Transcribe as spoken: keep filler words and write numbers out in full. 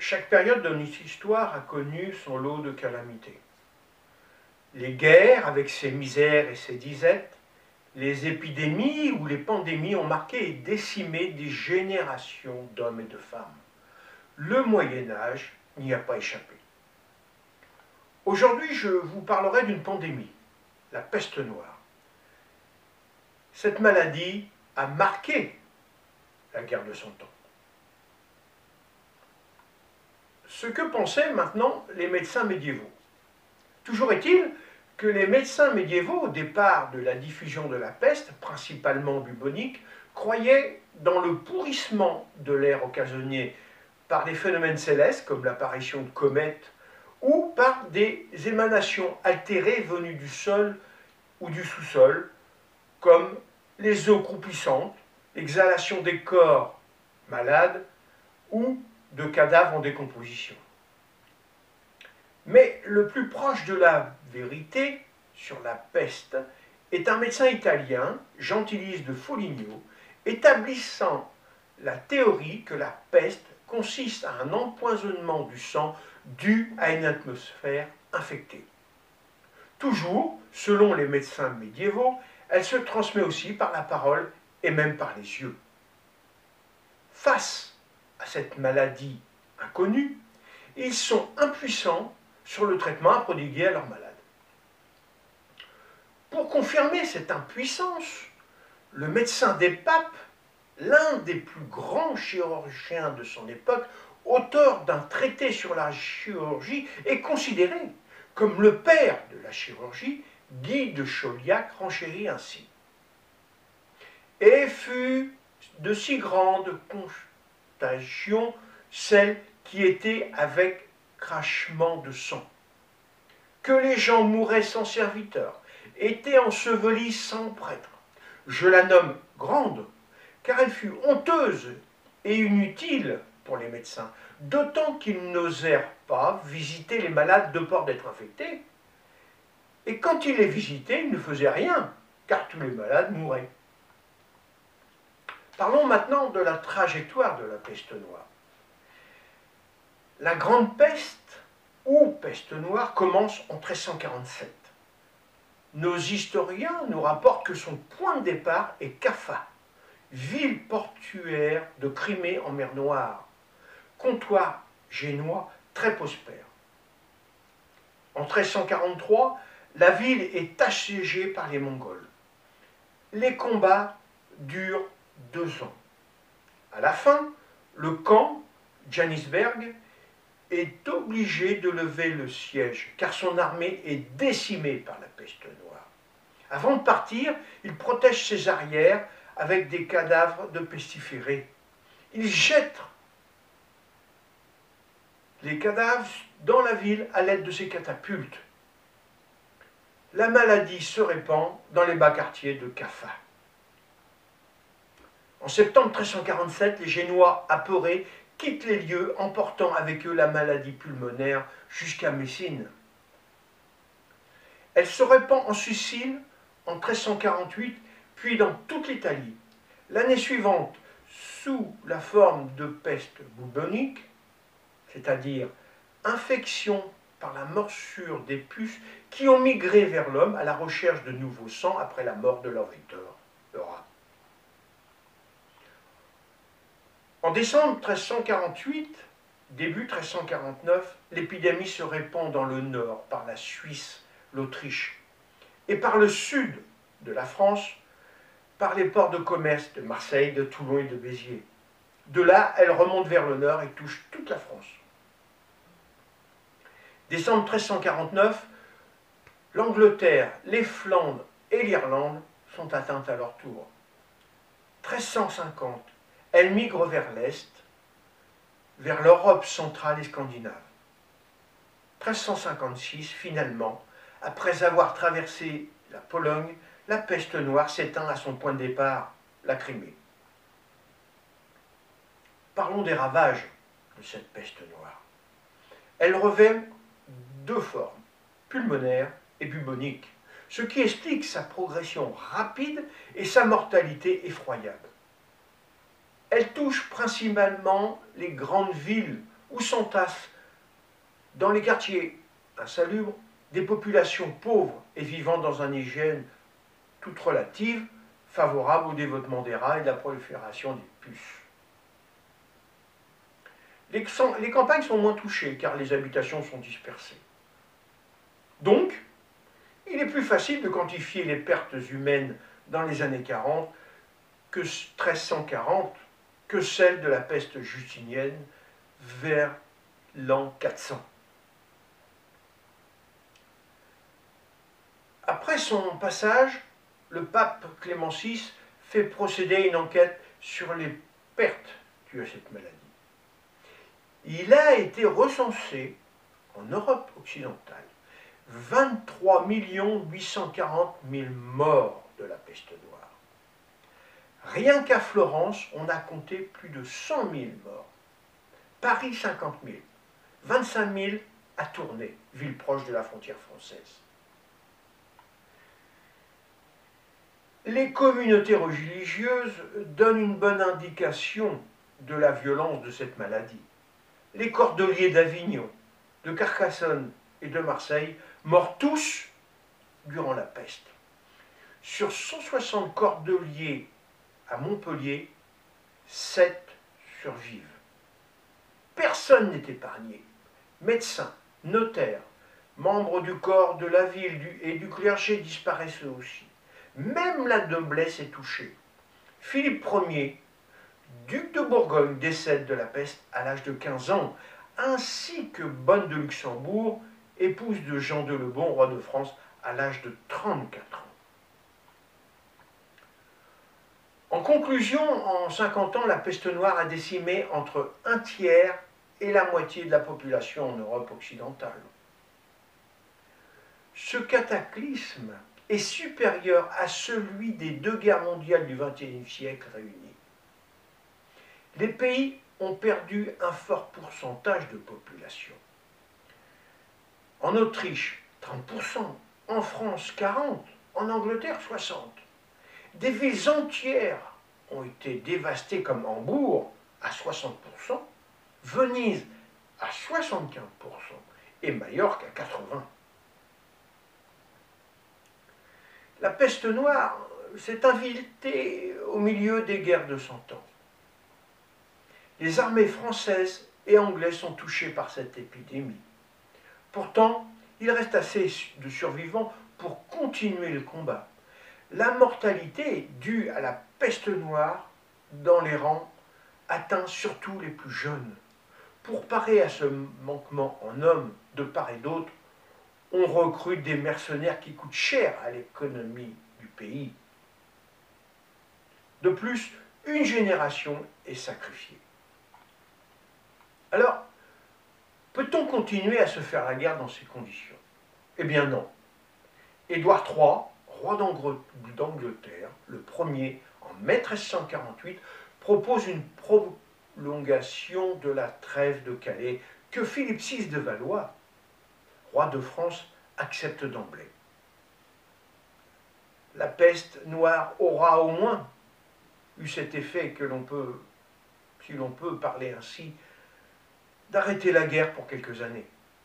Chaque période de notre histoire a connu son lot de calamités. Les guerres, avec ses misères et ses disettes, les épidémies ou les pandémies ont marqué et décimé des générations d'hommes et de femmes. Le Moyen-Âge n'y a pas échappé. Aujourd'hui, je vous parlerai d'une pandémie, la peste noire. Cette maladie a marqué la guerre de Cent Ans. Ce que pensaient maintenant les médecins médiévaux. Toujours est-il que les médecins médiévaux, au départ de la diffusion de la peste, principalement bubonique, croyaient dans le pourrissement de l'air occasionné par des phénomènes célestes, comme l'apparition de comètes, ou par des émanations altérées venues du sol ou du sous-sol, comme les eaux croupissantes, l'exhalation des corps malades ou de cadavres en décomposition. Mais le plus proche de la vérité sur la peste est un médecin italien, Gentilice de Foligno, établissant la théorie que la peste consiste à un empoisonnement du sang dû à une atmosphère infectée. Toujours, selon les médecins médiévaux, elle se transmet aussi par la parole et même par les yeux. Face à cette maladie inconnue, ils sont impuissants sur le traitement à prodiguer à leurs malades. Pour confirmer cette impuissance, le médecin des papes, l'un des plus grands chirurgiens de son époque, auteur d'un traité sur la chirurgie, est considéré comme le père de la chirurgie. Guy de Chauliac renchérit ainsi. Et fut de si grande contagion celle qui était avec crachement de sang, que les gens mouraient sans serviteur, étaient ensevelis sans prêtre. Je la nomme grande, car elle fut honteuse et inutile pour les médecins, d'autant qu'ils n'osèrent pas visiter les malades de peur d'être infectés. Et quand ils les visitaient, ils ne faisaient rien, car tous les malades mouraient. Parlons maintenant de la trajectoire de la peste noire. La Grande Peste, ou peste noire, commence en treize cent quarante-sept. Nos historiens nous rapportent que son point de départ est Caffa, ville portuaire de Crimée en mer Noire, comptoir génois très prospère. En treize cent quarante-trois, la ville est assiégée par les Mongols. Les combats durent deux ans. À la fin, le camp, Janisberg, est obligé de lever le siège, car son armée est décimée par la peste noire. Avant de partir, il protège ses arrières avec des cadavres de pestiférés. Il jette les cadavres dans la ville à l'aide de ses catapultes. La maladie se répand dans les bas quartiers de Caffa. En septembre treize cent quarante-sept, les Génois, apeurés, quittent les lieux, emportant avec eux la maladie pulmonaire jusqu'à Messine. Elle se répand en Sicile en treize cent quarante-huit, puis dans toute l'Italie. L'année suivante, sous la forme de peste bubonique, c'est-à-dire infection par la morsure des puces qui ont migré vers l'homme à la recherche de nouveaux sangs après la mort de leur vecteur, le rat. En décembre treize cent quarante-huit, début treize cent quarante-neuf, l'épidémie se répand dans le nord par la Suisse, l'Autriche, et par le sud de la France, par les ports de commerce de Marseille, de Toulon et de Béziers. De là, elle remonte vers le nord et touche toute la France. Décembre treize cent quarante-neuf, l'Angleterre, les Flandres et l'Irlande sont atteintes à leur tour. treize cent cinquante, elle migre vers l'Est, vers l'Europe centrale et scandinave. treize cent cinquante-six, finalement, après avoir traversé la Pologne, la peste noire s'éteint à son point de départ, la Crimée. Parlons des ravages de cette peste noire. Elle revêt deux formes, pulmonaire et bubonique, ce qui explique sa progression rapide et sa mortalité effroyable. Elle touche principalement les grandes villes où s'entassent dans les quartiers insalubres des populations pauvres et vivant dans une hygiène toute relative, favorable au développement des rats et de la prolifération des puces. Les, les campagnes sont moins touchées car les habitations sont dispersées. Donc, il est plus facile de quantifier les pertes humaines dans les années quarante que treize cent quarante que celles de la peste justinienne vers l'an quatre cents. Après son passage, le pape Clément six fait procéder une enquête sur les pertes dues à cette maladie. Il a été recensé en Europe occidentale vingt-trois millions huit cent quarante mille morts de la peste noire. Rien qu'à Florence, on a compté plus de cent mille morts. Paris, cinquante mille. vingt-cinq mille à Tournai, ville proche de la frontière française. Les communautés religieuses donnent une bonne indication de la violence de cette maladie. Les cordeliers d'Avignon, de Carcassonne et de Marseille morent tous durant la peste. Sur cent soixante cordeliers à Montpellier, sept survivent. Personne n'est épargné. Médecins, notaires, membres du corps de la ville et du clergé disparaissent eux aussi. Même la noblesse est touchée. Philippe Ier, duc de Bourgogne, décède de la peste à l'âge de quinze ans, ainsi que Bonne de Luxembourg, épouse de Jean de Lebon, roi de France, à l'âge de trente-quatre ans. En conclusion, en cinquante ans, la peste noire a décimé entre un tiers et la moitié de la population en Europe occidentale. Ce cataclysme est supérieur à celui des deux guerres mondiales du vingt et unième siècle réunies. Les pays ont perdu un fort pourcentage de population. En Autriche, trente pour cent, en France, quarante pour cent, en Angleterre, soixante pour cent. Des villes entières ont été dévastées comme Hambourg, à soixante pour cent, Venise, à soixante-quinze pour cent, et Majorque, à quatre-vingts pour cent. La peste noire s'est invitée au milieu des guerres de Cent Ans. Les armées françaises et anglaises sont touchées par cette épidémie. Pourtant, il reste assez de survivants pour continuer le combat. La mortalité due à la peste noire dans les rangs atteint surtout les plus jeunes. Pour parer à ce manquement en hommes de part et d'autre, on recrute des mercenaires qui coûtent cher à l'économie du pays. De plus, une génération est sacrifiée. Alors, peut-on continuer à se faire la guerre dans ces conditions? Eh bien non. Édouard trois, roi d'Angleterre, le premier, en mai treize cent quarante-huit, propose une prolongation de la trêve de Calais que Philippe six de Valois, roi de France, accepte d'emblée. La peste noire aura au moins eu cet effet que l'on peut, si l'on peut parler ainsi, d'arrêter la guerre pour quelques années.